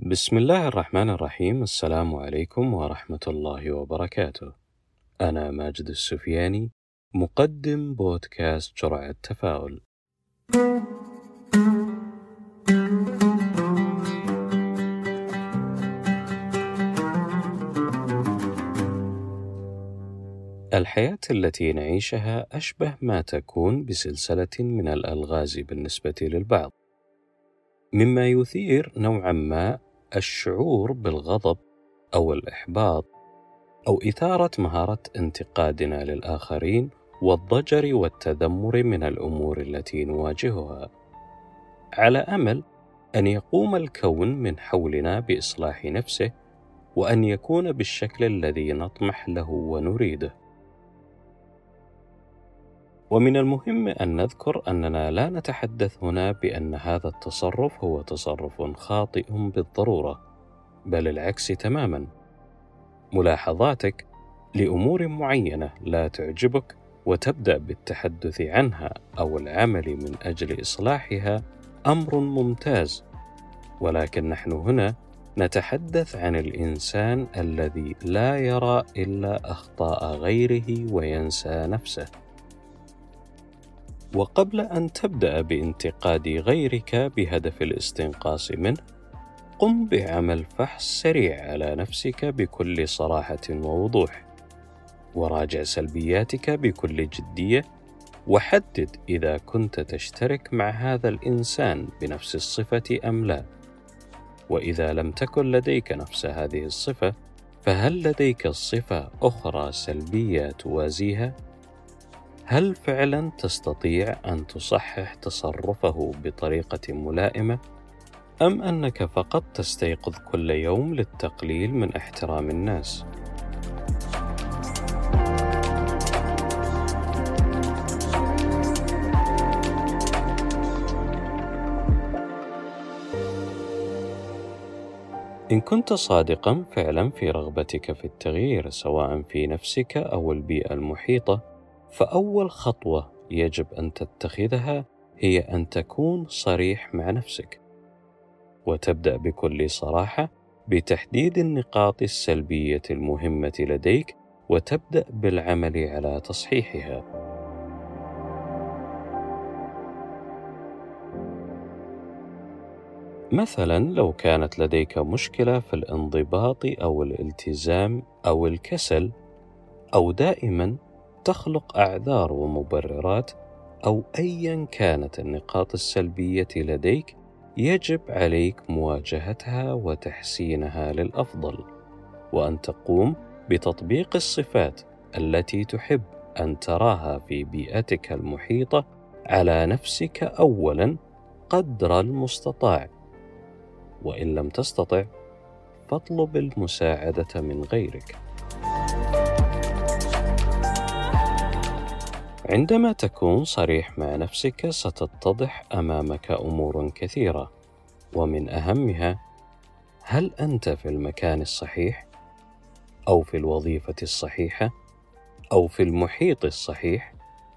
بسم الله الرحمن الرحيم. السلام عليكم ورحمة الله وبركاته. أنا ماجد السفياني، مقدم بودكاست جرعة تفاؤل. الحياة التي نعيشها أشبه ما تكون بسلسلة من الألغاز بالنسبة للبعض، مما يثير نوعا ما الشعور بالغضب أو الإحباط أو إثارة مهارة انتقادنا للآخرين والضجر والتذمر من الأمور التي نواجهها، على أمل أن يقوم الكون من حولنا بإصلاح نفسه وأن يكون بالشكل الذي نطمح له ونريده. ومن المهم أن نذكر أننا لا نتحدث هنا بأن هذا التصرف هو تصرف خاطئ بالضرورة، بل العكس تماما. ملاحظاتك لأمور معينة لا تعجبك وتبدأ بالتحدث عنها أو العمل من أجل إصلاحها أمر ممتاز، ولكن نحن هنا نتحدث عن الإنسان الذي لا يرى إلا أخطاء غيره وينسى نفسه. وقبل أن تبدأ بانتقاد غيرك بهدف الاستنقاص منه، قم بعمل فحص سريع على نفسك بكل صراحة ووضوح، وراجع سلبياتك بكل جدية، وحدد إذا كنت تشترك مع هذا الإنسان بنفس الصفة أم لا. وإذا لم تكن لديك نفس هذه الصفة، فهل لديك صفة أخرى سلبية توازيها؟ هل فعلا تستطيع أن تصحح تصرفه بطريقة ملائمة؟ أم أنك فقط تستيقظ كل يوم للتقليل من احترام الناس؟ إن كنت صادقا فعلا في رغبتك في التغيير سواء في نفسك أو البيئة المحيطة، فأول خطوة يجب أن تتخذها هي أن تكون صريح مع نفسك، وتبدأ بكل صراحة بتحديد النقاط السلبية المهمة لديك وتبدأ بالعمل على تصحيحها. مثلا لو كانت لديك مشكلة في الانضباط أو الالتزام أو الكسل، أو دائما تخلق أعذار ومبررات، أو أيا كانت النقاط السلبية لديك، يجب عليك مواجهتها وتحسينها للأفضل، وأن تقوم بتطبيق الصفات التي تحب أن تراها في بيئتك المحيطة على نفسك أولا قدر المستطاع، وإن لم تستطع فاطلب المساعدة من غيرك. عندما تكون صريح مع نفسك ستتضح أمامك أمور كثيرة، ومن أهمها: هل أنت في المكان الصحيح؟ أو في الوظيفة الصحيحة؟ أو في المحيط الصحيح؟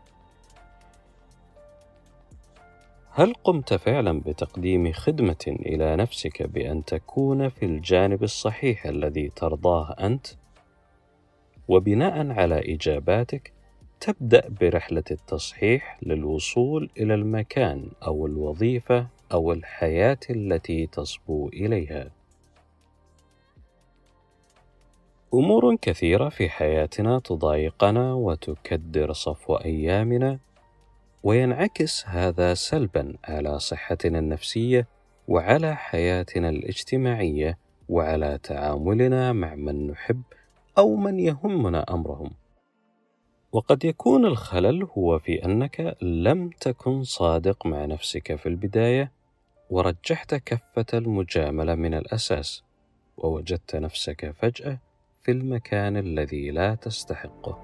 هل قمت فعلا بتقديم خدمة إلى نفسك بأن تكون في الجانب الصحيح الذي ترضاه أنت؟ وبناء على إجاباتك تبدأ برحلة التصحيح للوصول إلى المكان أو الوظيفة أو الحياة التي تصبو إليها. أمور كثيرة في حياتنا تضايقنا وتكدر صفو أيامنا، وينعكس هذا سلبا على صحتنا النفسية وعلى حياتنا الاجتماعية وعلى تعاملنا مع من نحب أو من يهمنا أمرهم. وقد يكون الخلل هو في أنك لم تكن صادق مع نفسك في البداية، ورجحت كفة المجاملة من الأساس، ووجدت نفسك فجأة في المكان الذي لا تستحقه.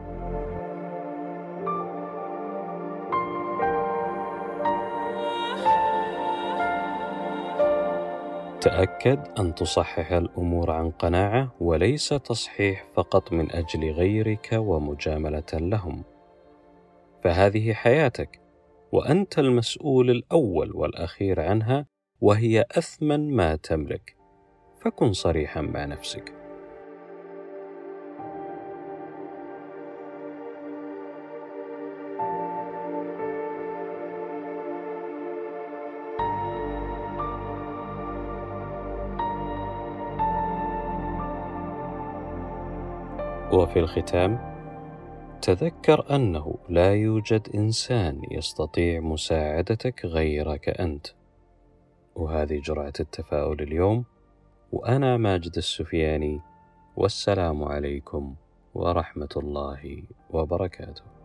تأكد أن تصحح الأمور عن قناعة، وليس تصحيح فقط من أجل غيرك ومجاملة لهم، فهذه حياتك وأنت المسؤول الأول والأخير عنها، وهي أثمن ما تملك، فكن صريحا مع نفسك. وفي الختام، تذكر أنه لا يوجد إنسان يستطيع مساعدتك غيرك أنت. وهذه جرعة التفاؤل اليوم، وأنا ماجد السفياني، والسلام عليكم ورحمة الله وبركاته.